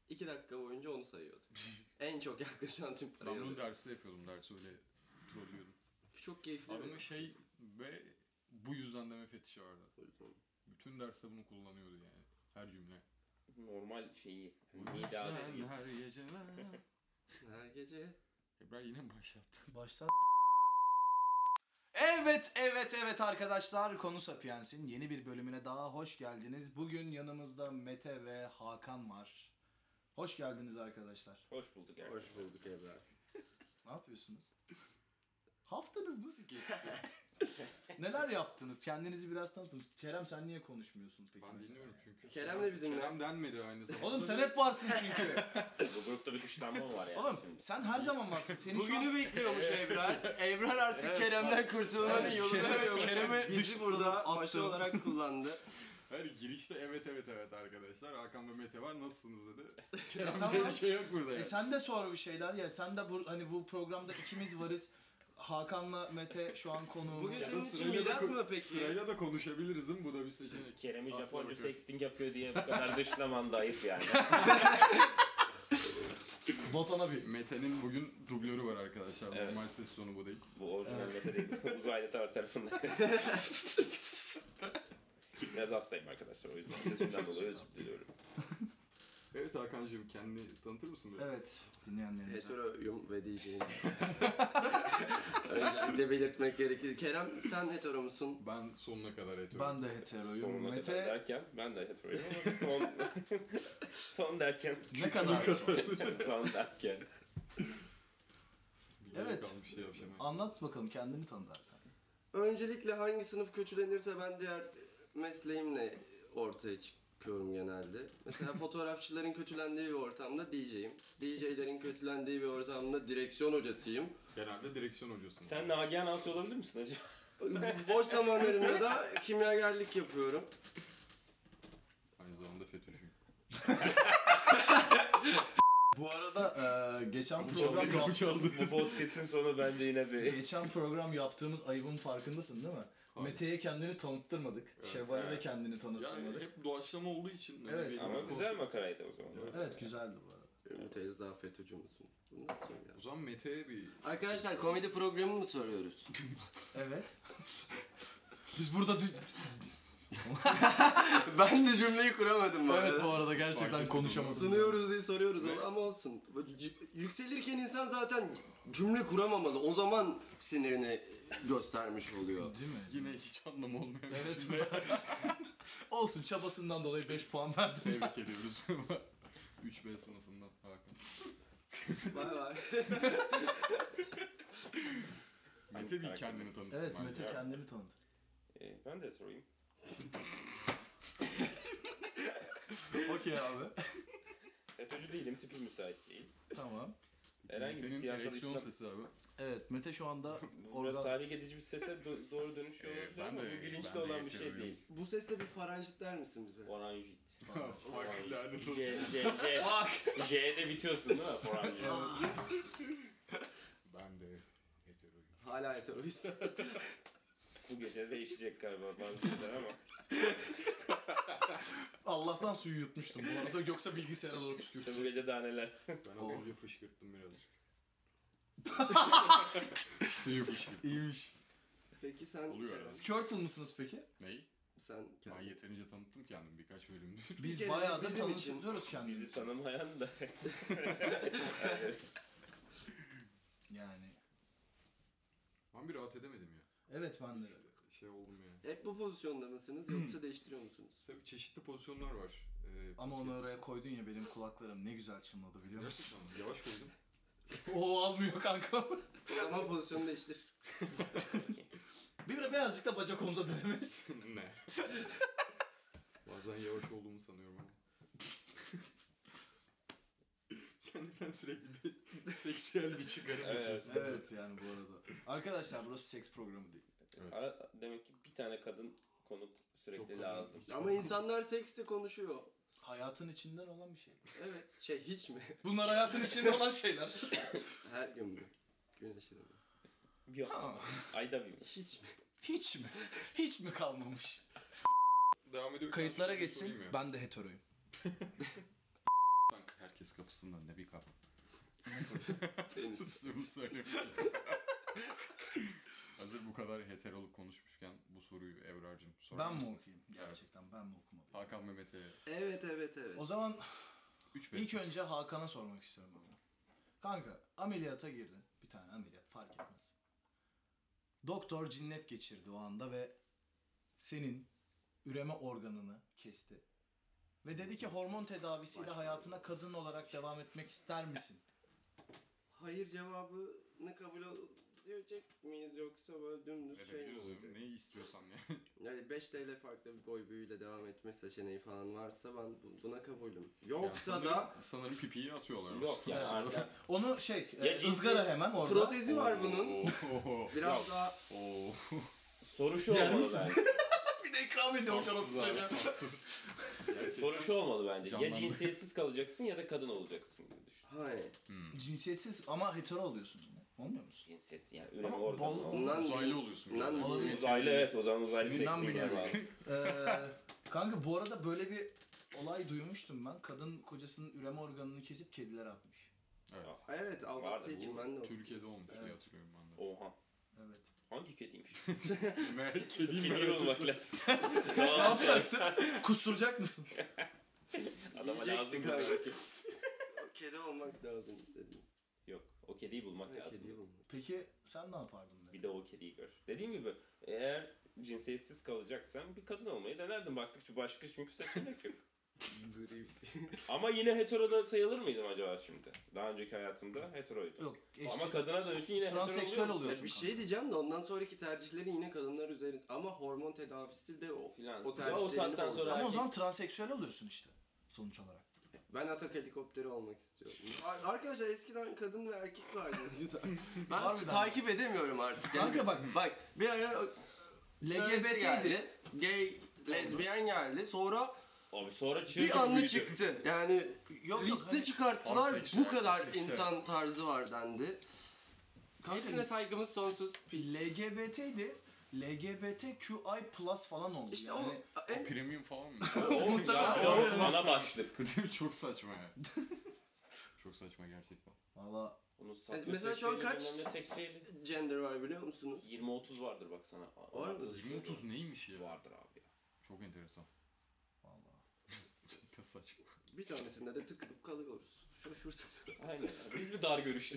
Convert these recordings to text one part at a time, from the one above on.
2 dakika boyunca onu sayıyordu. En çok yaklaşan tüm Ben sayıyordu. bunu derste yapıyordum. Dersi öyle trollüyordum. Çok keyifli. Adamın şey ve bu yüzden deme fetişi vardı. O yüzden. Bütün derste bunu kullanıyordu yani. Her cümle. Normal şeyi. Sen her gece Her gece. Ebrar yine mi başlattın? Başlat. Evet arkadaşlar, Konu Sapiens'in yeni bir bölümüne daha hoş geldiniz. Bugün yanımızda Mete ve Hakan var. Hoş geldiniz arkadaşlar. Hoş bulduk yani. Hoş bulduk Ebrar. Ne yapıyorsunuz? Haftanız nasıl geçti? Neler yaptınız? Kendinizi biraz tanıtın. Kerem, sen niye konuşmuyorsun peki? Ben mesela? dinliyorum çünkü. Kerem de bizimle. Kerem denmedi aynı zamanda. Oğlum sen hep varsın çünkü. Bu grupta bir güçlenme var yani. Oğlum şimdi. sen her zaman varsın. Seni şu Bugünü an... bekliyormuş Ebrar. Ebrar artık Kerem'den kurtulmanın Evet, yolunu Kerem'e- arıyormuş. Kerem'e Bizi düştü, burada attı. başa olarak kullandı. Hayır, girişte evet arkadaşlar. Hakan ve Mete var, nasılsınız dedi. Kerem tamam. diye bir şey yok burada yani. sen de sor bir şeyler ya. Sen de hani bu programda ikimiz varız. Hakan'la Mete şu an konuğumuz. Bugün Ya da senin için sırayla da milat mı peki? Sırayla da konuşabiliriz değil mi? Bu da bir seçenek. Kerem'i Aslına Japonca bakarız. sexting yapıyor diye bu kadar dışlaman da ayıp yani. Botana bir. Mete'nin bugün dublörü var arkadaşlar. Evet. Normal ses tonu bu değil. Bu orijinal Mete değil. Uzaylı tarafından. Biraz hastayım arkadaşlar, o yüzden sesimden dolayı özür diliyorum. Evet Hakan'cığım, kendini tanıtır mısın biraz? Evet, dinleyenlerimize. Heteroyum ve DJ'yim. Öncelikle belirtmek gerekir. Kerem, sen hetero musun? Ben sonuna kadar hetero. Ben de heteroyum. Sonuna kadar Mete derken ben de heteroyum ama son derken ne kadar son? son derken Bilerek Evet. almış şey yapacağım. Anlat bakalım, kendini tanıt Hakan. Öncelikle hangi sınıf kötülenirse ben diğer mesleğimle ortaya çıkıyorum genelde. Mesela fotoğrafçıların kötülendiği bir ortamda DJ'yim. DJ'lerin kötülendiği bir ortamda direksiyon hocasıyım. Genelde direksiyon hocasın. sen Nagihan Altı olabilir misin acaba? Boş zamanlarımda da kimyagerlik yapıyorum. Aynı zamanda FETÖ'cüyüm. Bu arada geçen program çaldı. Bu podcast'in sonu bence yine bir... geçen program yaptığımız ayıbın farkındasın değil mi? Hayır. Mete'ye kendini tanıttırmadık. Evet. Şevval'e de Evet. kendini Ya tanıttırmadık. hep doğaçlama olduğu için. Evet. benim Ama konsept- güzel makaraydı o zaman. Evet, güzeldi bu arada. Ümit Özdağ FETÖ'cü müsün? Bu nasıl soru ya? O zaman Mete'ye bir... Arkadaşlar komedi programı mı soruyoruz? Evet. Biz burada Ben de cümleyi kuramadım bu evet arada. bu arada Fark gerçekten ettim. konuşamadım. Sunuyoruz diye soruyoruz ama olsun. Yükselirken insan zaten cümle kuramamalı. O zaman sinirini göstermiş oluyor. Değil mi? Yine hiç anlamı olmayan Evet. bir cümle. Olsun, çabasından dolayı 5 puan verdim. Tebrik ediyoruz. 3B sınıfından Hakan. Bay bay. Mete bir kendini tanıtsın Evet, bence. Mete kendini tanıt. Ben de heteroyum. Okey abi. FETÖ'cü değilim, tipi müsait değil. Tamam. Herhangi bir Mete'nin siyasal ereksiyon İslam... sesi abi. Evet, Mete şu anda Bu biraz organ... tahrik edici bir sese doğru dönüşüyor olabilir ben ama de- bu bilinçli ben de olan bir şey heteroyum. değil. Bu sesle bir faranjit der misin bize? Oranjit. Fuck lanet olsun. J'de bitiyorsun değil mi? Oranjit. Ben de heteroyum. Hala heteroyuz. Bu gece değişecek galiba bazı şeyler ama. Allah'tan suyu yutmuştum bu arada, yoksa bilgisayara doğru İşte bu püskürtecek. gece daha neler. Ben az Oh. önce fışkırttım birazcık. Suyu fışkırttım. İyiymiş. Peki sen... Oluyor herhalde. Skirtle mısınız peki? Ney? Sen Ben yeterince tanıttım kendimi birkaç bölümdür. Biz kere bayağı da bizim için. tanıtıyoruz Bizi kendimizi. tanımayan da. Yani. Ben bir rahat edemedim ya. Evet, ben de. Şey oldum ya. hep bu pozisyonda mısınız yoksa değiştiriyor musunuz? Tabii çeşitli pozisyonlar var. Ama onu podcast oraya için. koydun ya, benim kulaklarım ne güzel çınladı biliyor musun? Gerçekten yavaş koydum. Oo, almıyor kanka. O zaman pozisyonu değiştir. Birazcık da bacak omuza denemeliyiz. Ne? Bazen yavaş olduğumu sanıyorum ama. Kendimden sürekli bir seksüel bir çıkarım Evet. yapıyorsun. Evet yani bu arada. Arkadaşlar burası seks programı değil. Evet. Demek ki bir tane kadın konuk sürekli Çok lazım. Ama insanlar sekste konuşuyor. Hayatın içinden olan bir şey. Evet, hiç mi? Bunlar hayatın içinde olan şeyler. Her gün mü? Gün aşırı mı? Yok. Ayda bir. Hiç mi? Hiç mi? Hiç mi kalmamış? Devam ediyor. Kayıtlara Şöyle geçsin. sorayım ya. Ben de heteroyum. Herkes herkes kapısının önüne bir kapı. Penis. Şunu söyleyeyim. Hazır bu kadar heteroluk konuşmuşken bu soruyu Evrar'cığım sorar Ben mi mısın? okuyayım? Gerçekten ben mi okumalıyım? Hakan Mehmet'e Evet. O zaman 3 ilk önce Hakan'a sormak istiyorum ama. Kanka ameliyata girdin. Bir tane ameliyat fark etmez. Doktor cinnet geçirdi o anda ve senin üreme organını kesti. Ve dedi ki hormon tedavisiyle hayatına kadın olarak devam etmek ister misin? Hayır cevabını kabul edecek miyiz yoksa böyle dümdüz şey mi edebiliriz. olacak? Neyi istiyorsan ya. Yani 5 TL farklı bir boy büyüyle devam etme seçeneği falan varsa ben buna kabulüm. Yoksa Yani da sanırım pipiyi atıyorlar. Yok yani artık. Onu Ya ızgara hemen orada. protezi var bunun. Biraz Yok. daha Soru şu Yer olmalı misin? bence. Bir de ikram ediyormuş orası çocuğa. Soru şu olmalı bence. Ya Canlandı. cinsiyetsiz kalacaksın ya da kadın olacaksın gibi düşün. hayır. Cinsiyetsiz ama hetero oluyorsun yine. Olmuyor musun? Cinsiyetsiz yani üreme Ama organı. bol- olmalı. Uzaylı oluyorsun. Nan yani. bir şey. Uzaylı evet o zaman uzaylı Senin seksliğine lan bağlı. Kanka bu arada böyle bir olay duymuştum ben. Kadın kocasının üreme organını kesip kedilere atmış. Evet. Evet aldattığı Vardı, için bu ben de Türkiye'de olmuş diye Evet. hatırlıyorum ben de. Oha. Evet. Hangi kediymiş? Kedi Kediyi bulmak lazım. Ne yapacaksın? Kusturacak mısın? Adama Yiyecektik lazım. abi. bu. Kedi olmak lazım dedim. Yok o kediyi bulmak Hayır, lazım. kediyi bulmak. Peki sen ne yapardın? Bir de o kediyi gör. Dediğim gibi eğer cinsiyetsiz kalacaksan bir kadın olmayı denerdim. Baktık şu başka çünkü seçenek yok. Ama yine heteroda sayılır mıydım acaba şimdi? Daha önceki hayatımda heteroydum. Yok. Ama kadına dönüşün yine hetero Transseksüel oluyor musun? oluyorsun. Bir şey diyeceğim de ondan sonraki tercihleri yine kadınlar üzerinde ama hormon tedavisi de o. Filan. O Ya o tercihlerini saatten bozacak. sonra- Ama o zaman transseksüel oluyorsun işte. Sonuç olarak. Ben atak helikopteri olmak istiyorum. Arkadaşlar eskiden kadın ve erkek vardı. Güzel. Ben Harbiden. takip edemiyorum artık. Kanka bak. Bak bir ara LGBT'ydi. geldi, gay, lezbiyen geldi. Sonra Abi sonra çığ bir gibi anda büyüdü. çıktı. Yani Yok, liste hani- çıkarttılar. Panseksüel, Bu kadar panseksüel. insan tarzı var dendi. Kanka, Hepsine saygımız sonsuz. LGBT'ydi. LGBTQI plus falan oldu. İşte yani. o en Premium falan mı? O ya, ana başlık. Değil mi? Çok saçma ya. Çok saçma gerçekten. Valla Bunun Mesela şu an kaç- seksüeli? gender var biliyor musunuz? 20-30 vardır bak sana. Var mı? 20-30 neymiş ya? Vardır abi ya. Çok enteresan. valla. Çok da saçma. Bir tanesinde de tıkılıp kalıyoruz. Şaşırsın. Aynen. Biz bir dar görüşlü.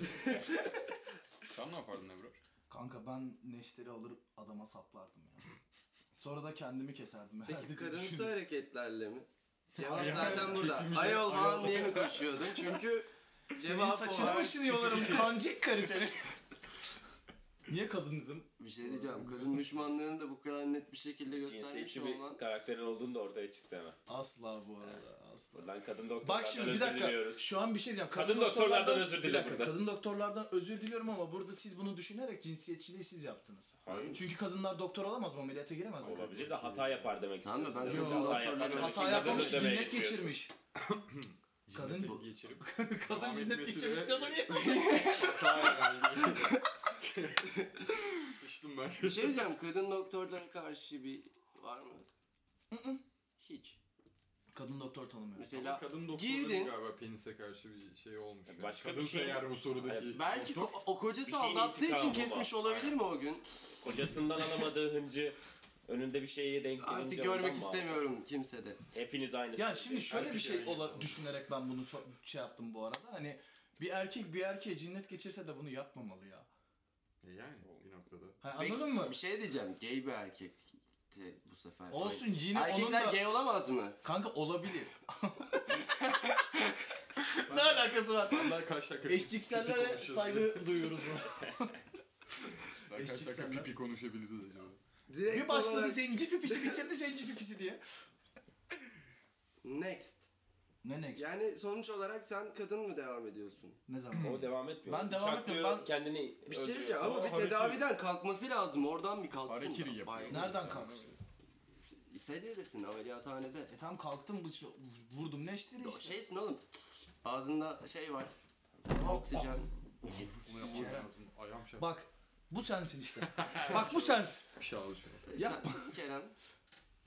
Sen ne yapardın Ebrar? Kanka ben neşteri alır adama saplardım ya. Sonra da kendimi keserdim herhalde. Peki diye kadınsı düşünüyorum. hareketlerle mi? Cevap Ayağım zaten burada. kesinlikle Ayol falan ayol. diye mi koşuyordun? Çünkü Senin cevap saçını olarak... başını yolarım kancık karı senin. Niye kadın dedim? Bir şey diyeceğim. Kadın düşmanlığını da bu kadar net bir şekilde göstermiş Cinsiyetçi bir olman. karakterin olduğunu da ortaya çıktı hemen. Asla bu arada asla. Buradan kadın doktorlardan Bak şimdi bir özür dakika. diliyoruz. Şu an bir şey diyeceğim. Kadın doktorlardan özür dile bir dakika, burada. Kadın doktorlardan özür diliyorum ama burada siz bunu düşünerek cinsiyetçiliği siz yaptınız. Hayır. Çünkü kadınlar doktor olamaz mı? Ameliyata giremez mi? Olabilir de hata yapar demek Tamam da istiyorsun. ben değil mi? kadın Hata doktorları- yapar. Hata yapmamış, Kadını demeye cinnet getiriyorsun. geçirmiş. Kadın bu. geçirip Kadın devam cinnet etmesi geçirmiş de- diyordum ya. Sıçtım ben. Bir şey diyeceğim. Kadın doktorlara karşı bir var mı? Hiç. Kadın doktor tanımıyor. Mesela Kadın doktorların girdin. galiba penise karşı bir şey olmuş. Yani. Başka bir Kadınsa şey- eğer bu sorudaki... Hayır, Belki Doktor- o kocası bir şeyin aldattığı için intikamı kesmiş var. olabilir mi o gün? Kocasından alamadığı hıncı önünde bir şeye denk gelince Artık ondan görmek mı aldı? istemiyorum kimsede. Hepiniz aynısınız. Ya şimdi şöyle bir Erkek şey öyle. düşünerek ben bunu şey yaptım bu arada. Hani bir erkek bir erkeğe cinnet geçirse de bunu yapmamalı ya. Yani bir noktada. Ha, Peki, anladın mı? Bir şey diyeceğim. Gay bir erkekti bu sefer. Olsun yine Erkekler onun da... gay olamaz mı? Kanka olabilir. Ne alakası var? Ben kaç dakika Eşcinsellere pipi konuşuyoruz. saygı duyuyoruz bu. Ben kaç dakika eşcinseller. pipi konuşabiliriz acaba? Direkt Bir başladı olarak- zenci pipisi bitirdi zenci pipisi diye. Next. Ne next? Yani sonuç olarak sen kadın mı devam ediyorsun? Ne zaman? O devam etmiyor. Ben devam Bıçaklıyor, etmiyorum, ben- kendini Bir şey öldürüyor. diyeceğim ama bir Harekiri- tedaviden kalkması lazım. Oradan bir kalksın. Harekiri da. yapıyor. Bay- Nereden kalksın? Sedyedesin ameliyathanede. Tam kalktım vurdum neşteri O işte. şeysin oğlum. Ağzında şey var. Oksijen. Bunu yapmam lazım. Ayağım şey. Bak bu sensin işte. Bak bu sensin. Bir şey alışıyor. Yapma. Kerem.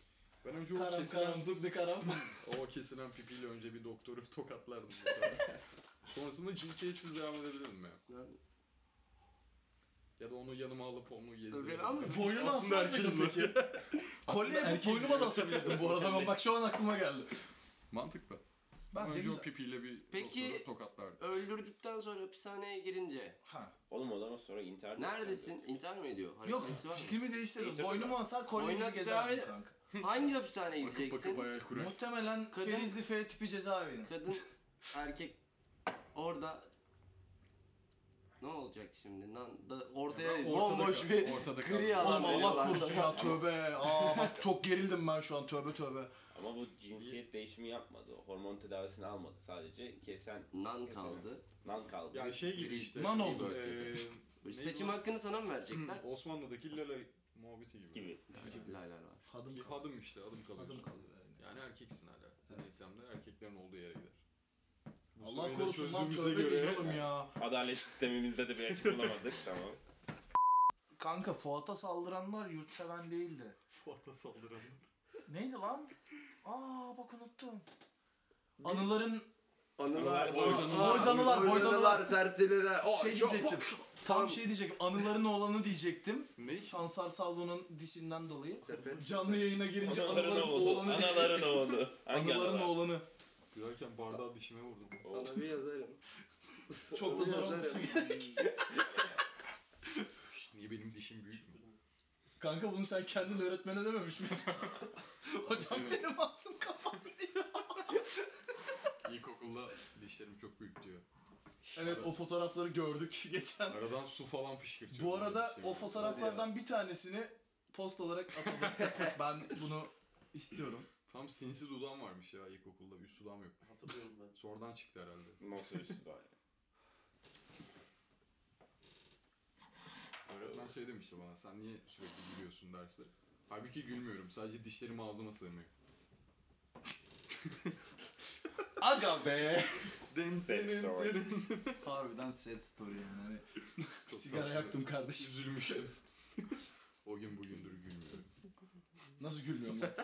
Ben önce o Karam kesilen, karam zıbdı karam. o kesilen pipiyle önce bir doktoru tokatlardım. mesela. Sonrasında cinsiyetsiz devam edebilirdim ya. Ya da onu yanıma alıp onu gezdirirdim. Ama Boynuma Aslında asmaz mıydın erkeğim peki? Kolye yapıp boynuma da asabilirdim bu arada. Ben bak şu an aklıma geldi. Mantıklı. Bence Önce o güzel. pipiyle bir Peki- doktoru tokatlardım. öldürdükten sonra hapishaneye girince Ha. Oğlum ondan sonra intihar neredesin? İntihar mı ediyor? Yok Hareketi var mı? fikrimi değiştirdim. Değiştirdim Boynuma asar kolyeyi Boynuna gezerdim silah- kanka. Hangi hapishaneye Bakıp bakıp gideceksin? hayal kurarsın. Muhtemelen Kadın- Ferizli F tipi cezaevine. Kadın, erkek orada ne olacak şimdi? Ortaya Ortada bomboş kal- bir ortada gri kal. alan Oğlum Allah veriyorlar korusun sana. ya tövbe. Aa bak çok gerildim ben şu an tövbe tövbe. Ama bu cinsiyet değişimi yapmadı. Hormon tedavisini almadı. Sadece kesen Nan kaldı. nan kaldı. Yani şey gibi işte. Nan oldu. Neydi Seçim o? hakkını sana mı verecekler? Osmanlı'daki Lala muhabbeti gibi. gibi. Laylar var. Hadım Ki kaldı. hadım işte, adım kalıyorsun. Hadım kalıyor yani. Yani erkeksin hala. Evet. Denklemde erkeklerin olduğu yere gider. Bu Allah sorunu korusun lan çözdüğümüze tövbe değil oğlum ya. Adalet sistemimizde de bir açık bulamadık. Tamam. Kanka Fuat'a saldıranlar yurtseven değildi. Fuat'a saldıranlar. Neydi lan? Aa bak unuttum. Anıların Anılar, Boyzanılar, boyzanılar. serseriler. şey diyecektim. Tam şey diyecektim. Anıların oğlanı diyecektim. Ne? Sansar Salvo'nun disinden dolayı. Sepet. Canlı yayına girince Anaların anıların oğlu. oğlanı diye. Anaların oğlu. Hangi Anıların analar? oğlanı. Gülerken bardağı dişime vurdum. Sana bir yazarım. Çok da zor Yazarım. olmasa gerek. Niye benim dişim büyük mü? Kanka bunu sen kendin öğretmene dememiş miydin? Hocam Evet. benim ağzım kapandı. İlkokulda dişlerim çok büyük diyor. Evet o fotoğrafları gördük geçen. Aradan su falan fışkırtıyor. Bu arada dişlerim. o fotoğraflardan bir tanesini post olarak atalım. Ben bunu istiyorum. Tam sinsi dudağım varmış ya ilkokulda. Üst dudağım yok. Hatırlıyorum ben. Sonradan çıktı herhalde. Nasıl üstü daha ya? Öğretmen şey demişti bana, sen niye sürekli gülüyorsun derste. Halbuki gülmüyorum, sadece dişlerim ağzıma sığmıyor. Aga be. Sad story. Harbiden sad story yani. Hani Çok sigara tatlı. yaktım kardeşim. Üzülmüştüm. O gün bugündür gülmüyorum. Nasıl gülmüyorum lan?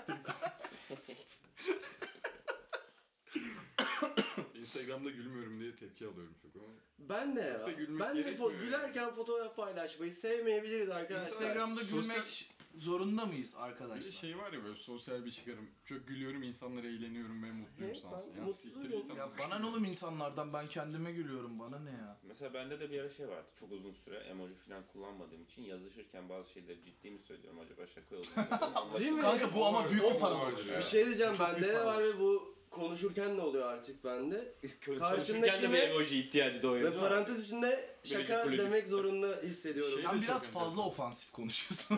Instagram'da gülmüyorum diye tepki alıyorum çok ama. Ben de ya. Çok da gülmek Ben de gerekmiyor yani. gülerken fotoğraf paylaşmayı sevmeyebiliriz arkadaşlar. Instagram'da Sosyal- gülmek zorunda mıyız Bir de arkadaşlar? şey var ya böyle sosyal bir çıkarım. Çok gülüyorum, insanlara eğleniyorum ve mutluyum Evet, sansın. ben Ya siktir mutluyum. git Ya ama. bana ne oğlum insanlardan, ben kendime gülüyorum, bana ne ya? Mesela bende de bir ara şey vardı. Çok uzun süre emoji falan kullanmadığım için yazışırken bazı şeyleri ciddi mi söylüyorum acaba şaka yolunda mı söylüyorum? Değil mi? Kanka bu ama büyük bir O paradoks. vardır ya. ya. Bir şey diyeceğim, Çok bende büyük de var paradoks. ve bu konuşurken de oluyor artık bende. Karşımdaki de bir emoji ihtiyacı doğuyor Ve değil mi? parantez içinde şaka Gülücük. demek zorunda hissediyorum. Şey- Sen de biraz çok fazla enteresan. ofansif konuşuyorsun.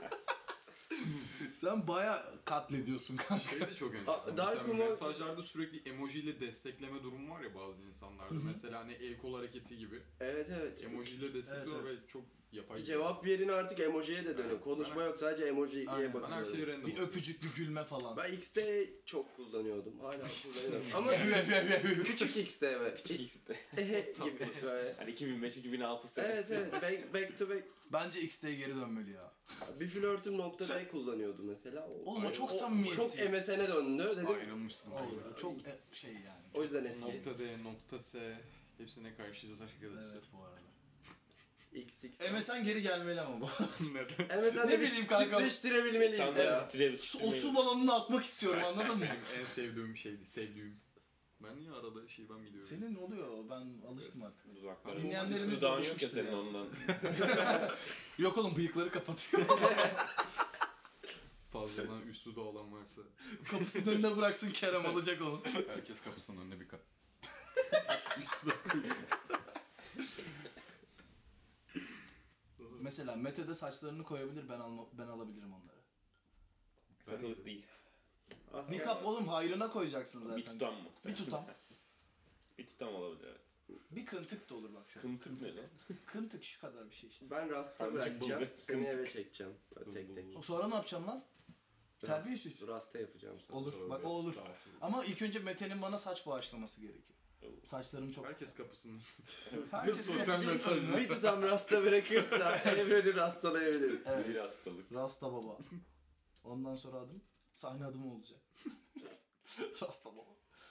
Sen baya katlediyorsun kanka. Şey de çok enteresan. Dark Mesela humor- mesajlarda sürekli emojiyle destekleme durumu var ya bazı insanlarda. Mesela hani el kol hareketi gibi. Evet evet. Emojiyle destekliyor Evet, ve çok yapay. Bir cevap yerine artık emojiye de dönüyor. Evet, Konuşma ben- yok, sadece emojiye Aynen. Ben her şeyi bakıyorum. random. Bir öpücük, bir gülme falan. Ben XT çok kullanıyordum. Hala kullanıyorum. Ama küçük XT mi? İkisi de. gibi böyle. Hani 2005-2006 senesi. Evet evet. Back to back. Bence XT'ye geri dönmeli ya. Bir flörtüm nokta B kullanıyordu mesela. Oğlum o çok Çok samimiyetsiz. MSN'e döndü dedim. Ayrılmışsın. Oğlum, çok şey yani. O yüzden eski. Nokta D, nokta S. Hepsine karşıyız arkadaşlar. Evet bu arada. XX. MSN geri gelmeli ama bu. Neden? MSN'de Ne bileyim kanka. titreştirebilmeliyiz ya. İnsanları titreyelim. O su balonunu atmak istiyorum anladın mı? Benim en sevdiğim şeydi. Sevdiğim. Ben niye arada şivan gidiyorum? Senin oluyor ben alıştım artık. Uzaklara. Dinleyenlerimiz de Dudağın yok ya alışmıştır senin ya. ondan. Yok oğlum bıyıkları kapatıyor. Fazladan üstü de olan varsa Kapısının önünde bıraksın Kerem alacak onu. herkes kapısının önüne bir üstü de koysun. Mesela Mete de saçlarını koyabilir ben alabilirim onları. Satılık değil. Aslında Nikap oğlum hayrına koyacaksın zaten. Bir tutam mı? Bir tutam. Bir tutam olabilir evet. Bir kıntık da olur bak şöyle. Kıntık ne lan? Kıntık şu kadar bir şey işte. ben rasta Amcık bırakacağım. buldu. Seni eve çekeceğim. Böyle tek tek. Sonra ne yapacaksın lan? Terbiyesiz. Rasta yapacağım sana. Olur bak o olur. Ama ilk önce Mete'nin bana saç bağışlaması gerekiyor. Saçlarım çok Herkes kısa. kapısının Herkes sosyal mesaj. Bir tutam rasta bırakırsa evreni rastalayabiliriz. Evet. Bir hastalık. Rasta baba. Ondan sonra adım. Sahne adım olacak. Rastlama.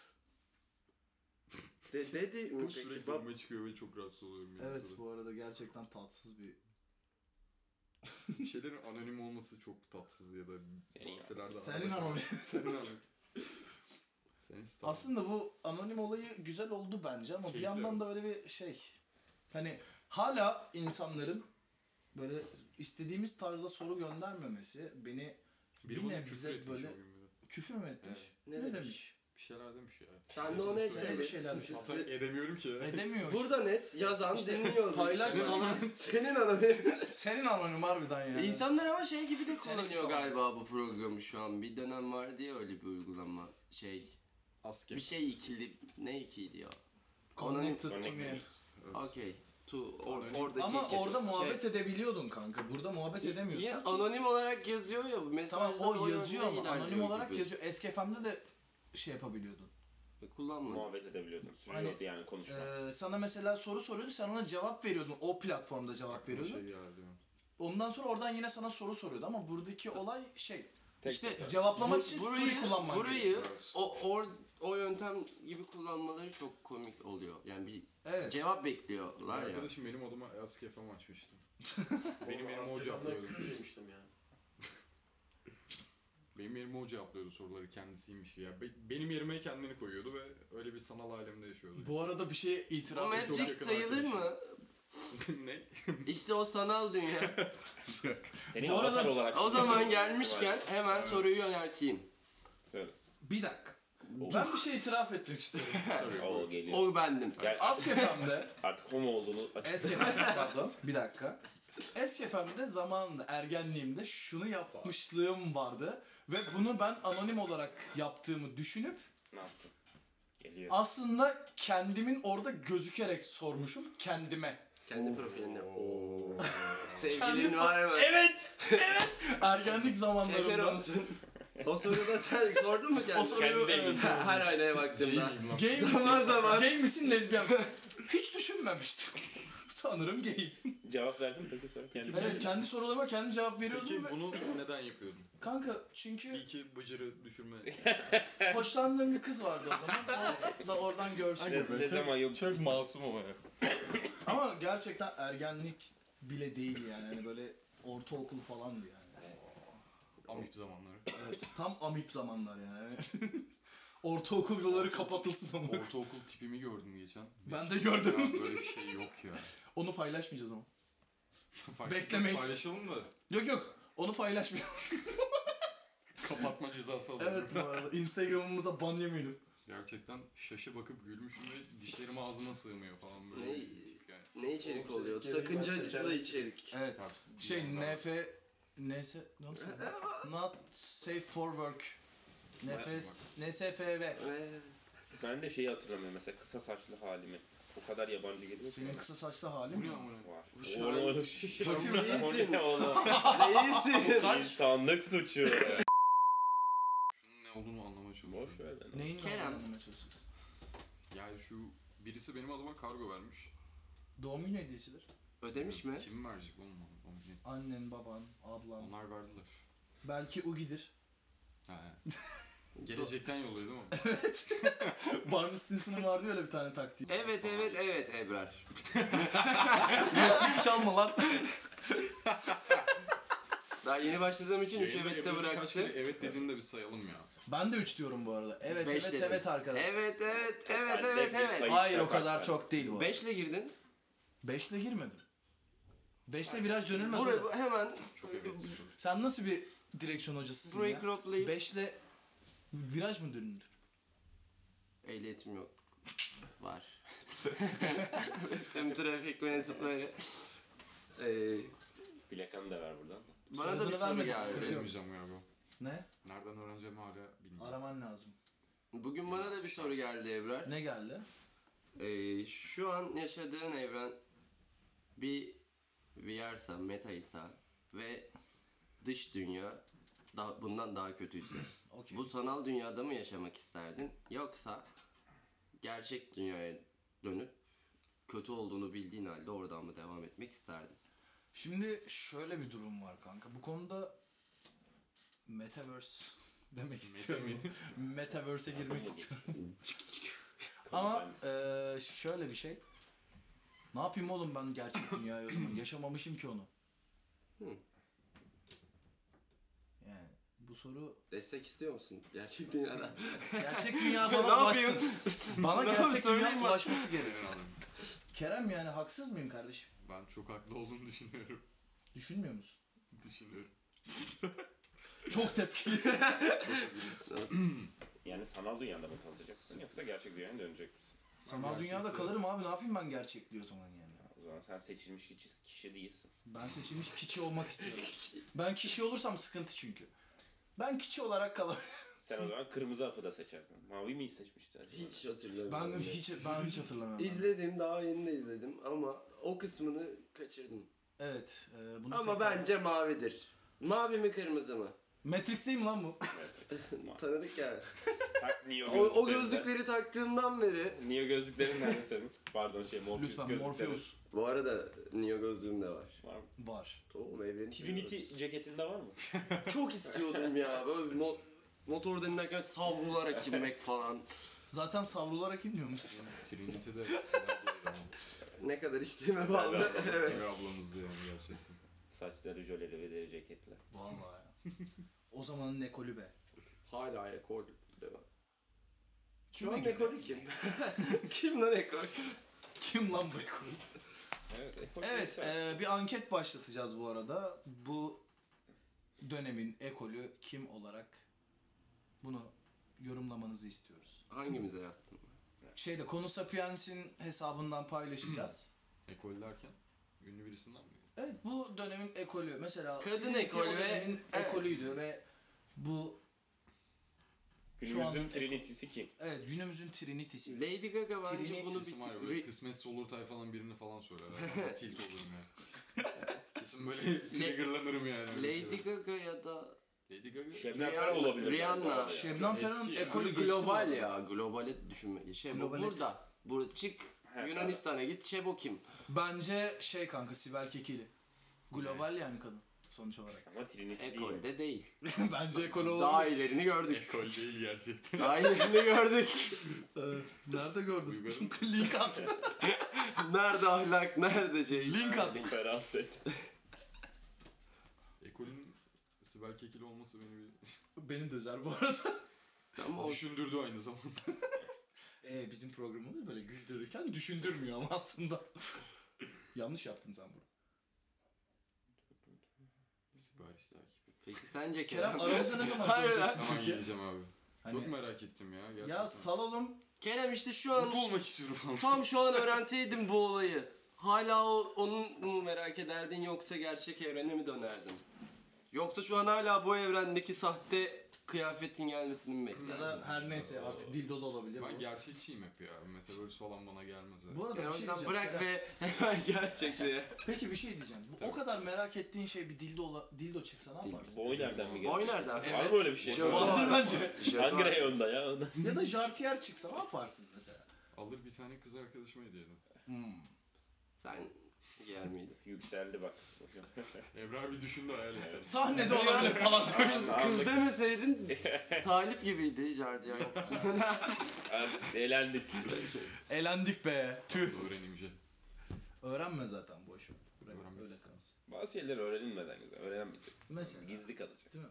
Dedi mi Bu peki? sürekli önüme çıkıyor ve çok rahatsız oluyorum. yani Evet burada. bu arada gerçekten tatsız bir... Bir şeylerin anonim olması çok tatsız ya da Senin bahselerde... Senin anonim. Senin anonim. Senin star. Aslında bu anonim olayı güzel oldu bence ama bir Keyifli, yandan da evet. öyle bir şey. Hani hala insanların böyle istediğimiz tarzda soru göndermemesi beni biri bir bana nebze küfür etmiş böyle- o gün bir de. küfür mü etmiş? Evet. Ne Ne demiş? demiş? Bir şeyler demiş ya. Sen de onu et Söyle bir şeyler. Hatta edemiyorum ki. Edemiyor. Burada net yazan dinliyor. paylaş Senin- sana. Senin anonim. Senin anonim harbiden yani. İnsanlar ama şey gibi de Senin kullanıyor stalker. galiba bu programı şu an. Bir dönem vardı ya öyle bir uygulama. Asker. Bir şey ikili. Ne ikiydi ya? Connected to me. Connected. Okey. Anonim. Oradaki Ama iki- orada muhabbet edebiliyordun kanka. Burada muhabbet edemiyorsun. Ya, ki. anonim olarak yazıyor ya. Tamam o mesajlar yazıyor yönde ama anonim ilerliyor olarak gibi. yazıyor. Eskifem'de de şey yapabiliyordun. Kullanmadım. Muhabbet edebiliyordun. Sürüyordu yani konuşma. Sana mesela soru soruyordu, sen ona cevap veriyordun. O platformda cevap Aklıma veriyordun. şey geldi. Ondan sonra oradan yine sana soru soruyordu ama buradaki olay şey. Tek işte sefer. cevaplamak için story kullanman burayı gerekiyor. o yöntem gibi kullanmaları çok komik oluyor. Yani bir Evet. cevap bekliyorlar ya. Arkadaşım benim adıma Askefem açmıştı. benim yerime o cevaplıyordu. yemiştim ya. Benim yerime o cevaplıyordu soruları kendisiymiş gibi. Yani benim yerime kendini koyuyordu ve öyle bir sanal alemde yaşıyordu. Bu arada bir şeye Bu itiraf çok Matrix yakın sayılır mı? arkadaşım. Ne? İşte o sanal dünya. Seni Bu arada- avatar olarak... O zaman gelmişken hemen soruyu yönelteyim. Söyle. Bir dakika. Ben bir şey itiraf etmek istiyorum. Tabii. O geliyor. O bendim. Gel Askefem'de, artık homo olduğunu açıkla. Eskefem'de pardon bir dakika. Eskefem'de zamanında ergenliğimde şunu yapmışlığım vardı. Ve bunu ben anonim olarak yaptığımı düşünüp Ne yaptın? Geliyor. aslında kendimin orada gözükerek sormuşum kendime. Kendi profiline. Kendi Sevgilin var mı? Evet! Ergenlik Hetero zamanlarında. musun? O soruda sen sordun mu kendine? O soruyu Kendi evet, değil. sordum. Her aynaya baktığımda. Şeyim lan. Gay Zaman misin? zaman. Gay misin lezbiyen misin? Hiç düşünmemiştim. Sanırım gayim. Cevap verdin mi peki sonra? Kendi Evet kendi sorularıma kendim cevap veriyordum Peki ve... bunu neden yapıyordun? Kanka çünkü İyi bıcırı düşürme. hoşlandığım bir kız vardı o zaman. O da oradan görsün. ne zaman yok? Çok masum ama ya. Ama gerçekten ergenlik bile değil yani. Hani böyle ortaokul falandı yani. Amip zamanları. Evet, tam amip zamanlar yani. Ortaokul yolları kapatılsın ama. Ortaokul tipimi gördüm geçen. Ben de gördüm. Ya böyle bir şey yok ya. Onu paylaşmayacağız ama. Fark Beklemeyin. etmez, paylaşalım da Yok yok. Onu paylaşmayalım. kapatma cezası alalım. Evet bu arada. Instagram'ımıza ban yemeyelim. Gerçekten şaşı bakıp gülmüşüm ve dişlerim ağzıma sığmıyor falan böyle. Ne- bir tip yani. Ne içerik Oğlum, oluyor? senin Sakıncalı gelin- içerik. Evet. Hepsi Şey bir anda. NS ne oldu? Not safe for work. NSFV. Ben de şeyi hatırlamıyorum mesela kısa saçlı halimi. O kadar yabancı geliyor ki Senin bana. kısa saçlı halin Bu ne mi? amına? Var. Şu Onu an- onu Bakayım, iyisin. O ne oğlum? Neysin? İnsanlık suçu. Şunun ne olduğunu anlamaya çalışıyorum. Boş ver beni. Neyin Kerem. anlamaya çalışıyorsun? Yani şu birisi benim adıma kargo vermiş. Doğum günü hediyesidir. Ödemiş mi? Kim verecek oğlum onu? Annen, baban, ablan. Onlar verdiler. Belki Ugi'dir. Ha. Gelecekten yolluyor değil mi? Evet. Barney Stinson'ın vardı ya öyle bir tane taktiği. Evet Ebrar. Çalma lan. Daha yeni başladığım için 3 Yayında evet de Ebru'nun kaç kere bıraktım. evet dediğini de bir sayalım ya. Ben de 3 diyorum bu arada. Evet Beş evet dedim. evet arkadaş. Evet. Ben de bir kayıt Hayır o yaparsan. kadar çok değil bu. 5'le girdin. 5'le girmedim. 5'le viraj dönülmez. Burayı oğlum. hemen Çok evet. Sen nasıl bir direksiyon hocasısın burayı ya? croplayıp 5'le viraj mı dönülür? ehliyetim yok. Var. Tüm trafik mensupları. Plakanı da ver buradan. Bana da bir Soyadını soru vermedik, sıkıntı geldi. yok. Bilmeyeceğim galiba. Ne? Nereden öğreneceğimi hala bilmiyorum. Araman lazım. Bugün bana da bir soru geldi Ebrar. Ne geldi? Şu an yaşadığın evren bir VR'sa, metaysa ve dış dünya bundan daha kötüyse. Okey. Bu sanal dünyada mı yaşamak isterdin yoksa gerçek dünyaya dönüp kötü olduğunu bildiğin halde oradan mı devam etmek isterdin? Şimdi şöyle bir durum var kanka. Bu konuda Metaverse demek istiyorum. Metaverse'e girmek istiyorum. Konu Ama ben- şöyle bir şey. Ne yapayım oğlum ben gerçek dünyayı o zaman? Yaşamamışım ki onu. Hı. Yani bu soru Destek istiyor musun gerçek dünyada? gerçek dünya Ne bana yapayım? ulaşsın. Bana Ne yapayım, gerçek söyleyeyim dünya mi? ulaşması gerek. Senin anladın. Kerem yani haksız mıyım kardeşim? Ben çok haklı olduğunu düşünüyorum. Düşünmüyor musun? Düşünüyorum. Çok tepkili. Yani sanal dünyada mı kalacaksın yoksa gerçek dünyaya dönecek misin? Sanal dünyada kalırım abi, ne yapayım ben gerçekliği o zaman yani. O zaman sen seçilmiş kişi değilsin. Ben seçilmiş kişi olmak istiyorum. Ben kişi olursam sıkıntı çünkü. Ben kişi olarak kalırım. Sen o zaman kırmızı hapı da seçerdin. Mavi mi seçmiştin acaba? Hiç hatırlamıyorum. Ben hiç hatırlamıyorum. İzledim, daha yeni de izledim ama o kısmını kaçırdım. Evet. Bunu Ama tekrar- bence mavidir. Mavi mi kırmızı mı? Matrix değil mi lan bu? Tanıdık yani. Tak Neo O gözlükleri. gözlükleri taktığımdan beri. Neo gözlüklerin nerede senin? Pardon Morpheus Lütfen gözlükleri. Morpheus Bu arada Neo gözlüğüm de var. Var mı? var. Oğlum evlerini Trinity ceketinde var mı? çok istiyordum ya. Böyle motordan inerken savrularak inmek falan. Zaten savrularak iniyormuş. Trinity'de Ne kadar içtiğime bağlı. Evet. Ev ablamızdı yani gerçekten. Saçları jöleli ve deri ceketle. Vallahi ya. O zaman Nekolü be. Hala ekol. Devam. Şu Kime an göre? ekol kim? Kim lan ekol? Kim lan bu Ekol? Evet. Evet, bir anket başlatacağız bu arada. Bu dönemin ekolü kim olarak bunu yorumlamanızı istiyoruz. Hangimize yazsın? Konu Sapiens'in hesabından paylaşacağız. Ekol derken ünlü birisinden mi? Evet, bu dönemin ekolü. Mesela Kadın Trinity ekolü o ve- dönemin evet. ekolüydü ve bu Günümüzün an- Trinity'si kim? günümüzün Trinity'si. Lady Gaga bence Trini- bunu Kesin var ya böyle kısmetse olur tayfadan birini falan söyler. Ben tilt olurum ya. Kesin böyle triggerlanırım yani. böyle Lady şeyler. Gaga ya da Lady Gaga. Şebnem Ferah olabilir. Rihanna. bence abi ya. Şebnem Eski Ferah'ın ya. ekolü geçti global bu ya. arada. Globale düşünme. Bu Globalet. burada. Çık He, Yunanistan'a git. Şebo kim? Bence kanka Sibel Kekili. Global yani kadın sonuç olarak. Ama Trinity değil. Ekolde değil. Bence ekol Daha ilerini gördük. Ekol değil gerçekten. Daha ilerini gördük. Nerede gördün? Uygarım. Link at. Nerede ahlak, nerede şey? Link at. Feraset. Ekolün Sibel Kekil olması beni bir Benim de özel bu arada. Ama o düşündürdü aynı zamanda. Bizim programımız böyle güldürürken düşündürmüyor ama aslında. Yanlış yaptın sen burada. Sipariş takibi. Peki sence Kerem Kerem? aramıza ne zaman Hayır göreceksin Zaman peki? geleceğim abi. Hani- Çok merak ettim ya gerçekten. Ya salalım. Kerem işte şu an Mutlu olmak istiyorum falan. tam şu an öğrenseydim bu olayı. Hala onun mu merak ederdin yoksa gerçek evrene mi dönerdin? Yoksa şu an hala bu evrendeki sahte kıyafetin gelmesini mi beklerdin? Ya da her neyse artık dildo da olabilir Ben bu. gerçekçiyim hep ya. Metaverse falan bana gelmez ha. Bu arada Yani bir o şey yüzden diyeceğim. bırak Kerem. ve hemen gerçek şeye. Peki bir şey diyeceğim. Bu o kadar merak ettiğin şey bir dildo çıksa ne yaparsın? Bu oy nereden mi geldi? Oy nereden? Var mı öyle bir şey? Jaguar. Vardır bence. Hangi reyonda ya? Ya da Jartier çıksa ne yaparsın mesela? Alır bir tane kız arkadaşıma hediye ederim. Sen giyer miydin? Yükseldi bak. Ebrar bir düşündü hayal etti. Sahnede olabilir falan diyorsun. Kız demeseydin Talip gibiydi Jardiyan. Eğlendik. Elendik be. Tüh. Öğreneyim şey. Öğrenme zaten boş ver. Öyle Öğrenmez. kalsın. Bazı şeyler öğrenilmeden güzel. Öğrenemeyeceksin. Mesela? Gizli kalacak. Değil mi?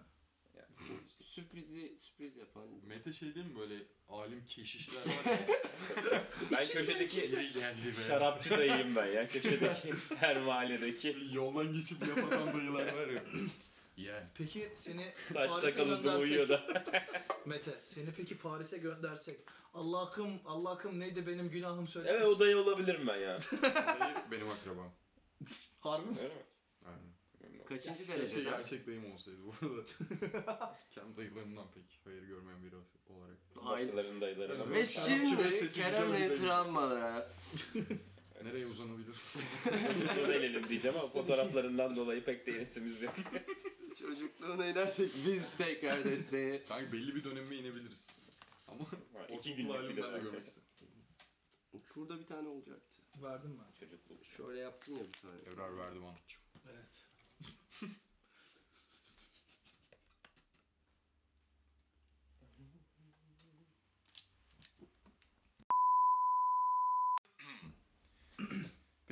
Sürpriz yapan. Mete şey değil mi böyle alim keşişler var ya. Ben köşedeki Biri geldi be. şarapçı dayıyım ben ya. Köşedeki her mahalledeki Yoldan geçip laf atan dayılar var ya. Yani. Peki seni saç Paris'e sakal uzun göndersek- uyuyor da. Mete, seni peki Paris'e göndersek Allah'ım neydi benim günahım söyler Evet misin? o dayı olabilirim ben ya. Dayı benim akrabam. Harbi mi? Öyle mi? Aynen. Kaçıncı Şey derecede? gerçek dayım olsaydı bu arada. Kendi dayılarımdan pek hayır görmeyen biri olarak. Aynen. Başkalarının dayılarına. Evet. Ve Şarapçı ve şimdi sesi Kerem'le güzel bir travmalara. Nereye uzanabilir? Çocukluğuna elelim diyeceğim ama fotoğraflarından dolayı pek değinesimiz yok. Çocukluğuna inersek biz tekrar desteğe. Sanki belli bir dönemime inebiliriz. Ama Ha, iki ortaokul günlük bir halimden de dönem. görmek istedim. Şurada bir tane olacaktı. Verdim ben. Çocukluk. Şöyle yaptın ya bir tane. Ebrar verdi bana. Evet.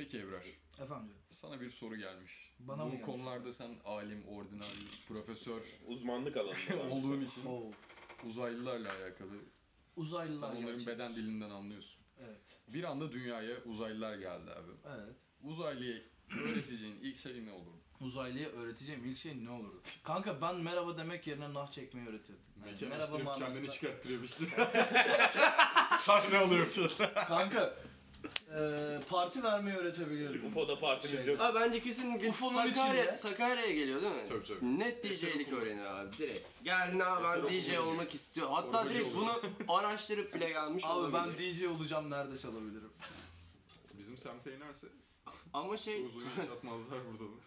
Peki Ebrar, Efendim canım. sana bir soru gelmiş. Bana mı Bu gelmiş? konularda sen alim, ordinarius, profesör Uzmanlık alanında. olduğun için Oo. uzaylılarla alakalı sen Uzaylılar onların gerçek. beden dilinden anlıyorsun. Evet. Bir anda dünyaya uzaylılar geldi abi. Evet. Uzaylıya öğreteceğin ilk şey ne olur? Uzaylıya öğreteceğim ilk şey ne olurdu? Kanka ben merhaba demek yerine nah çekmeyi öğretirdim. Yani Mekan merhaba açtırıp kendini manasında. çıkarttırıyor işte. Sahne alıyor. Kanka parti vermeyi öğretebilirdim. UFO'da partimiz Şey- yok. Abi bence kesinlikle UFO'nun Sakarya, içinde- Sakarya'ya geliyor değil mi? Tabii, tabii. Net DJ'lik öğrenir abi direkt. Gel ne ben Sesler DJ okulu olmak istiyorum. Hatta Torbacı direkt olur. bunu araştırıp bile gelmiş Abi ben olabilir. DJ olacağım, nerede çalabilirim? Bizim semte inerse Ama şey uzun yaşatmazlar burada mı?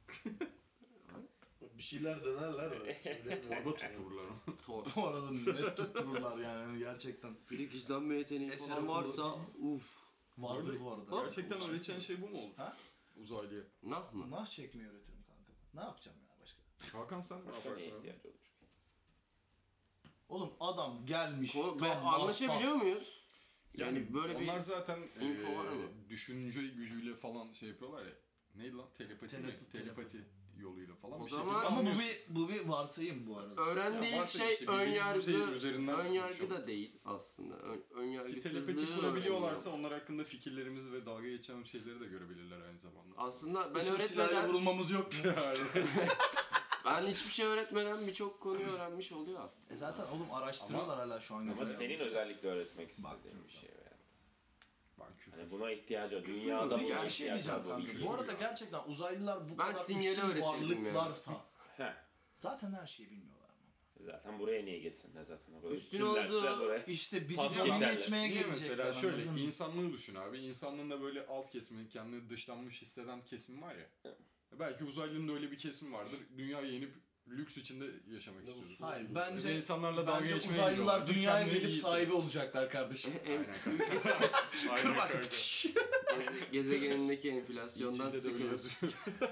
Bir şeyler denerler de. Torba tuttururlar onu. Bu arada net tuttururlar yani gerçekten. bir gizlenme yeteneği Eser falan okulu. varsa Vardır bu arada. Gerçekten öğreteceğin şey bu mu olur? Ha? Uzaylıya. nah mı? Nah çekmeyi öğretirim kanka. Ne yapacağım ya başka? Hakan sen ne Sana yaparsın abi? ihtiyaç olur. Oğlum adam gelmiş. Ben tam anlaşabiliyor muyuz? Yani böyle onlar bir zaten info var mı? düşünce gücüyle falan şey yapıyorlar ya. Neydi lan? Telepati mi? Telepati. Telepati yoluyla falan O bir zaman- şekilde Ama anlıyorsun. bu bir varsayım bu arada. öğrendiği Ya varsa şey işte bildiğimiz ön düzey yargı, üzerinden ön yargı konuşalım. da değil aslında. Ön Ki yargısızlığı telepati kurabiliyorlarsa öğreniyor. onlar hakkında fikirlerimizi ve dalga geçeceğimiz şeyleri de görebilirler aynı zamanda. Aslında ben Bizim silahla öğretmeden, vurulmamız yok mu? ben hiçbir şey öğretmeden birçok konuyu öğrenmiş oluyor aslında. Zaten oğlum araştırıyorlar hala şu an. Ama mesela. senin özellikle öğretmek Baktım istediğin bir şey hayat. Ben küfür. Hani buna ihtiyacı var. Dünyada Peki buna bir şey ihtiyaç diyeceğim var. Bu kanka. bir Bu arada ya. gerçekten uzaylılar bu Ben kadar sinyali üstün öğretirdim yani. varlıklarsa Heh. zaten her şeyi bilmiyorlar mı? Zaten buraya niye geçsinler zaten? O kadar Üstün üstünlerse olduğu- buraya. İşte bizi Pas domine geçerler. etmeye Niye gelecekler. mesela şöyle anladın mı? insanlığı düşün abi. İnsanlığın da böyle alt kesimi, kendini dışlanmış hisseden kesim var ya. Belki uzaylının da öyle bir kesim vardır. Dünyayı yenip lüks içinde yaşamak istiyordur. Hayır Ve bence insanlarla dalga bence geçmeye uzaylılar gidiyorlar. dünyaya Kendine gelip iyi sahibi olacaklar kardeşim. Aynen kanka. Aynen kanka. Gezegenindeki enflasyondan İçinde de öyle sıkılır. yazıyor.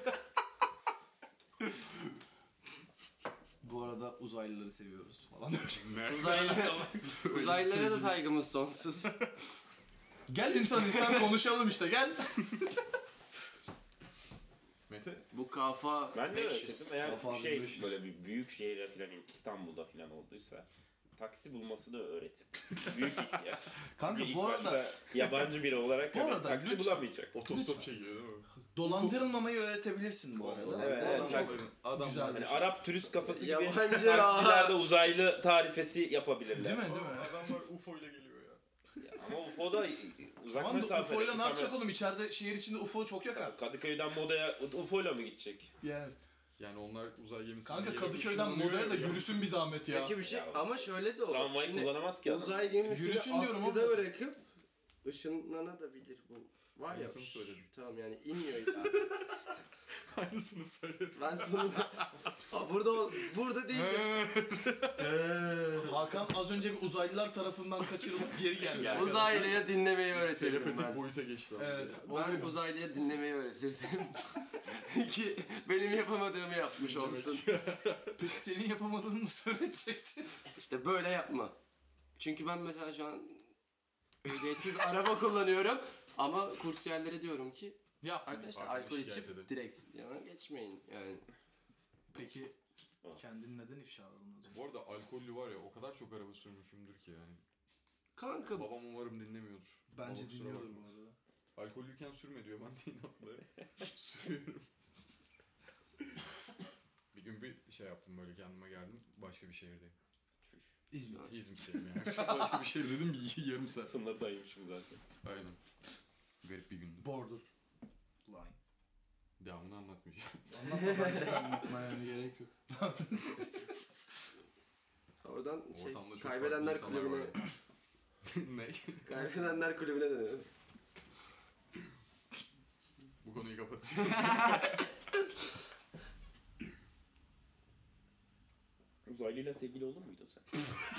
Bu arada uzaylıları seviyoruz falan. Uzaylılara da saygımız sonsuz. Gel insan konuşalım işte gel. Mete, Bu kafa Ben de 500, öğretirdim. Eğer kafa bir şey 500. böyle bir büyük şehirde falan İstanbul'da falan olduysa taksi bulması da öğretim. Büyük ihtiyaç. Kanka İlk bu arada başta yabancı biri olarak Bu hemen arada taksi lütfen- bulamayacak. otostop çekiyor değil mi? dolandırılmamayı öğretebilirsin bu arada. Evet, evet, Adamlar Güzel. Hani Arap turist kafası gibi Yabancı taksilerde uzaylı tarifesi yapabilirler. Değil mi? Adamlar UFO ile geliyor ya. Ama UFO'da uzak Tamam da mesafede. UFO'yla ne kısa yapacak oğlum? İçeride şehir içinde UFO çok yakar. Kadıköy'den Moda'ya UFO'yla mı gidecek? Yani. Yani onlar uzay gemisine Kanka gelip Kadıköy'den ışınlanıyor Moda'ya da ya. yürüsün bir zahmet ya. Peki bir şey Ya, ama şöyle de olur. Tramvayı Şimdi kullanamaz ki adam. uzay gemisini Yürüsün diyorum askıda oğlum. bırakıp ışınlanabilir bu. Var ya. Aynısını söyledim. Tamam yani inmiyor illa. Aynısını söyledim. Ben sonunda burada değil de Hakan az önce bir uzaylılar tarafından kaçırılıp geri geldi. uzaylıya dinlemeyi öğretirdim Telepatik ben. boyuta geçti abi. Evet. Ben uzaylıya dinlemeyi öğretirdim. Ki benim yapamadığımı yapmış olsun. Peki senin yapamadığını nasıl öğreteceksin? İşte böyle yapma. Çünkü ben mesela şu an ehliyetsiz araba kullanıyorum ama kursiyerlere diyorum ki Yapma. arkadaşlar Arkadaş alkol şikayet içip edin. direkt yana geçmeyin yani. Peki kendini neden ifşa aldın o zaman? Bu arada alkollü var ya o kadar çok araba sürmüşümdür ki yani. Kanka Babam umarım dinlemiyordur. Bence Baba kusura dinliyordur bakma. bu arada. Alkollüyken sürme diyor ben de inatla sürüyorum. Bir gün bir şey yaptım böyle kendime geldim başka bir şehirdeyim. İzmit. İzmit'teyim yani. Başka bir şehir dedim yarım saat. Sınırdaymışım zaten. Aynen. Garip bir gündü. Border. Line. Devamını anlatmayacağım. Anlatma bence anlatmaya yani gerek yok. oradan Ortamda çok kaybedenler farklı insanlar var kulübüne ya. Ne? kaybedenler kulübüne dönüyor. Bu konuyu kapatacağım. Uzaylıyla sevgili olur muydun sen?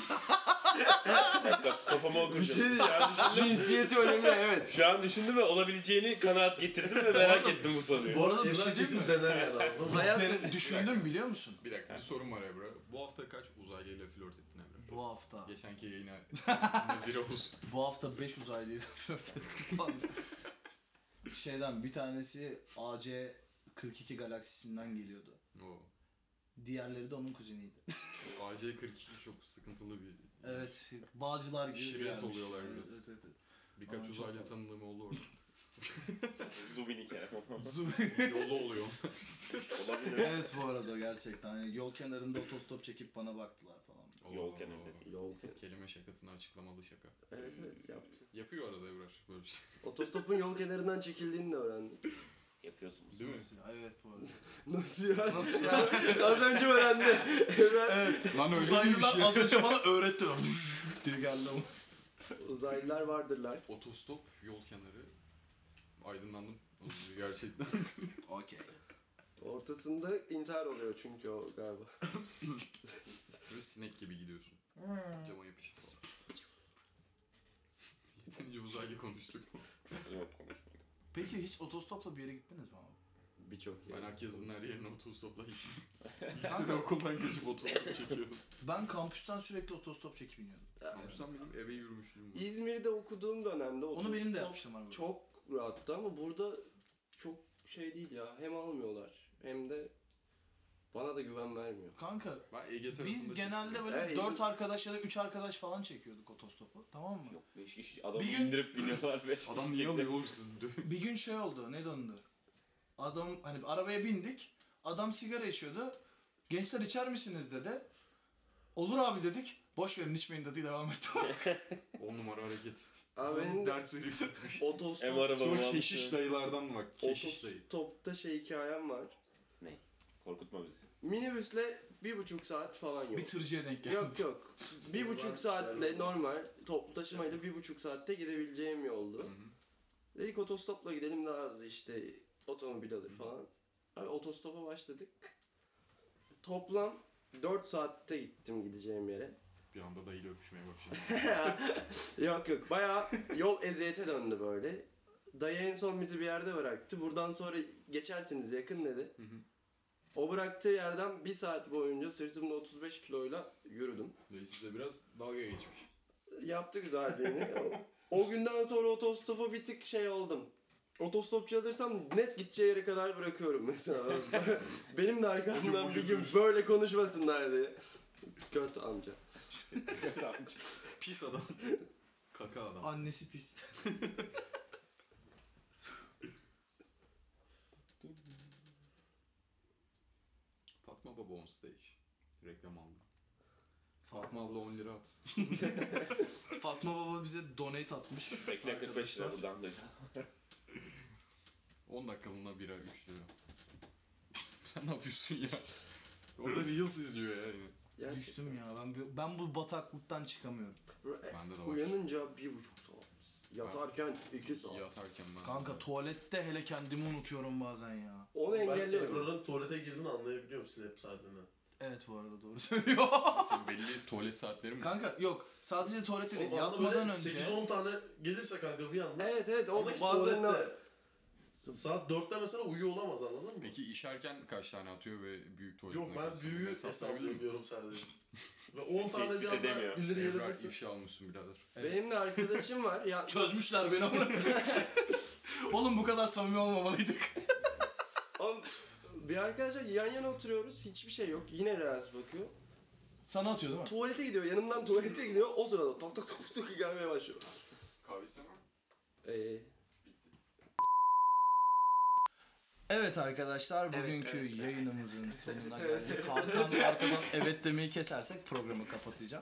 Kafama okunca. Bir şey diyeceğim. Cinsiyeti önemli evet. Şu an düşündüm ve olabileceğini kanaat getirdim ve merak ettim bu soruyu. Bu arada bir Ebrar şey diyeyim kesin mi? dener ya da. Hayatım Düşündüm biliyor musun? Bir dakika bir sorum var Ebru. Bu hafta kaç uzaylıyla flört ettin Ebru? Bu hafta. Geçenki yayına nezire olsun. Bu hafta 5 uzaylıyla flört ettim falan. Şeyden bir tanesi AC42 galaksisinden geliyordu. O Diğerleri de onun kuzeniydi. AC42 çok sıkıntılı bir... Evet, Bağcılar gibi Şirret gelmiş. oluyorlar Evet, biraz. evet, evet. Birkaç Ama çok uzaylı tatlı. tanıdığım oldu orada. Zubini Kerem. Yolu oluyor. Olabilir. Evet bu arada gerçekten. Yani yol kenarında otostop çekip bana baktılar falan. Yol kenarı dedi. Yol kenarı. Kelime şakasını açıklamalı şaka. Evet evet yaptı. Yapıyor arada Ebrar böyle bir şey. Otostopun yol kenarından çekildiğini de öğrendik. Yapıyorsunuz. Değil mi? Nasıl ya? Evet bu arada. Nasıl ya? Nasıl ya? Az önce öğrendi. Evet. Lan öyle Uzaylılar miymiş ya? az önce bana öğretti. diye geldi ama. Uzaylılar vardırlar. Otostop, yol kenarı. Aydınlandım. Gerçekten. Okey. Ortasında intihar oluyor çünkü o galiba. Böyle sinek gibi gidiyorsun. Cama yapışık falan. Yeterince uzaylı konuştuk. Yok konuşmadım. Peki hiç otostopla bir yere gittiniz mi abi? Birçok Ben yani. herkesin her yerine otostopla gittim. Lisede okuldan geçip otostop çekiyordum. Ben kampüsten sürekli otostop çekip iniyordum. Kampüsten benim eve yürümüşlüğüm var. İzmir'de okuduğum dönemde Onu benim de otostop yapmıştım abi. çok rahattı ama burada çok şey değil ya. Hem almıyorlar hem de bana da güven vermiyor. Kanka Ben Ege tarafında biz genelde çektim. böyle Evet, 4 arkadaş ya da 3 arkadaş falan çekiyorduk otostopu. Tamam mı? Yok 5 kişi adamı Bir gün- indirip biniyorlar 5 Adam niye alıyor oğlum sizi? Bir gün şey oldu. Ne döndü? Adam hani arabaya bindik. Adam sigara içiyordu. Gençler içer misiniz dedi. Olur abi dedik. Boş verin içmeyin dedi devam etti. 10 numara hareket. Abi benim Adam de ders veriyor. Hem otostop, arabamı Şu keşiş dayılardan bak. Keşiş dayı. otostopta şey hikayem var. Ne? Korkutma bizi. Minibüsle 1,5 saat falan yok. Bir tırcıya denk geldi. Yok yok. 1,5 saatle normal toplu taşımayla 1,5 saatte gidebileceğim yoldu. Dedik otostopla gidelim daha hızlı işte otomobil alır falan. Abi otostopa başladık. Toplam 4 saatte gittim gideceğim yere. Bir anda dayıyla öpüşmeye başladı. Yok yok bayağı yol eziyete döndü böyle. Dayı en son bizi bir yerde bıraktı. Buradan sonra geçersiniz yakın dedi. O bıraktığı yerden 1 saat boyunca sırtımda 35 kiloyla yürüdüm. Dayı size biraz dalga geçmiş. Yaptı güzelliğini. O günden sonra otostopa bir tık şey oldum. Otostopçu alırsam net gideceği yere kadar bırakıyorum mesela. Benim de arkamdan bir gün böyle konuşmasınlar diye. Kötü amca. Pis adam. Kaka adam. Annesi pis. Fatma Baba on stage. Reklam aldı. Fatma, Fatma abla 10 lira at. Fatma baba bize donate atmış. Bekle 45 lira buradan da. 10 dakikalığına bira 3 lira. Sen ne yapıyorsun ya? Orada Reels izliyor ya yine. Gerçekten. Düştüm ya ben bu bataklıktan çıkamıyorum. Bende de var. Uyanınca 1,5 saat. Yatarken 2 saat. Yatarken ben. Kanka tuvalette hele kendimi unutuyorum bazen ya. Onu Ben engelliyorum. Ebrar'ın tuvalete girdiğini anlayabiliyorum Snap saatinden. Evet bu arada doğru söylüyor. Senin belli tuvalet saatleri mi? Kanka yok sadece tuvalette değil O anda yatmadan böyle önce. 8-10 tane gelirse kanka bir anda. Evet evet o Ama ki bazılarına... tuvalette saat 4'te mesela uyuyor olamaz anladın mı? Peki işerken kaç tane atıyor ve büyük tuvaletine Yok ben kaç büyüğü tane? Hesaplayabilir miyim? hesaplayabiliyorum sadece. Ve 10 tane Tespit bir anda edemiyor. birileri Ebrar gelirse. ifşa almışsın birader. Benim de arkadaşım var. Ya, Çözmüşler beni ama. Oğlum bu kadar samimi olmamalıydık. Oğlum, bir arkadaşlar yan yana oturuyoruz. Hiçbir şey yok. Yine Reels bakıyor. Sana atıyor değil mi? Tuvalete gidiyor. Yanımdan tuvalete gidiyor. O sırada tak tak tak tak tak gelmeye başlıyor. Kahvesi mi? Evet arkadaşlar bugünkü yayınımızın sonuna geldik. Hakan ve arkadan evet demeyi kesersek programı kapatacağım.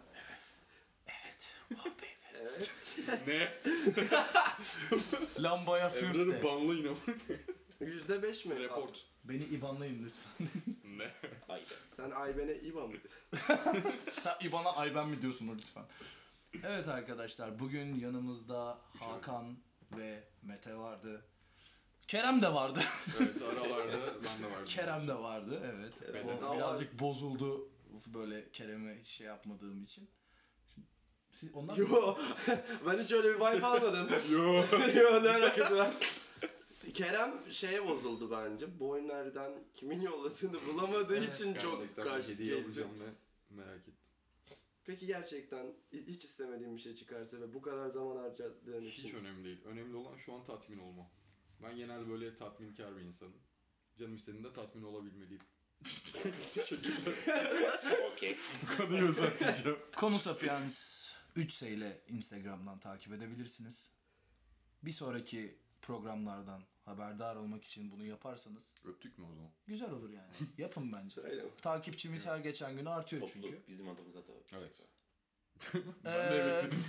Evet. Ne? Lambaya fürt Ebrar'ı de. banlı yine. %5 mi? Report. Beni ibanlayın lütfen. Ne? Haydi. Sen Ayben'e İBA mı? Sen ibana ayben mi diyorsun o lütfen. Evet arkadaşlar bugün yanımızda Hakan ve Mete vardı. Kerem de vardı. Evet aralarda ben de vardım. Kerem de vardı evet. Evet, O ama- birazcık bozuldu böyle Kerem'e hiç şey yapmadığım için. Siz ondan Yo. Ben hiç öyle bir vibe almadım. Yo ne alakası var? Kerem şeye bozuldu bence. Boyner'den kimin yolladığını bulamadığı Evet, için çok Gerçekten karşı hediye geldi. alacağım ve merak ettim. Peki gerçekten hiç istemediğim bir şey çıkarsa ve bu kadar zaman harcadığın Hiç için. önemli değil. Önemli olan şu an tatmin olmam. Ben genelde böyle tatminkar bir insanım. Canım istediğinde tatmin olabilmeliyim. Teşekkürler. Okey. Bu konuyu uzatacağım. Konu Sapiens 3S ile Instagram'dan takip edebilirsiniz. Bir sonraki programlardan haberdar olmak için bunu yaparsanız Öptük mü o zaman? güzel olur yani. Yapın bence. Söyle. Takipçimiz her geçen gün artıyor çünkü. Topluluk bizim adımıza da. Evet. Ben de evet dedim.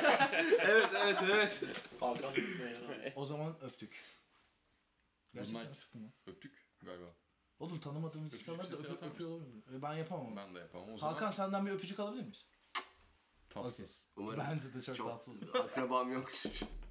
Evet. Hakan ya. O zaman öptük. Gerçekten night. öptük mü? Öptük galiba. Oğlum tanımadığımız Öpücük insanlar da sesi atar öpüyor mısın? olabilir. Ben yapamam ama. Ben de yapamam o zaman. Hakan senden bir öpücük alabilir miyiz? Tatsız. Umarım Bence de çok tatsız. akrabam yoktur.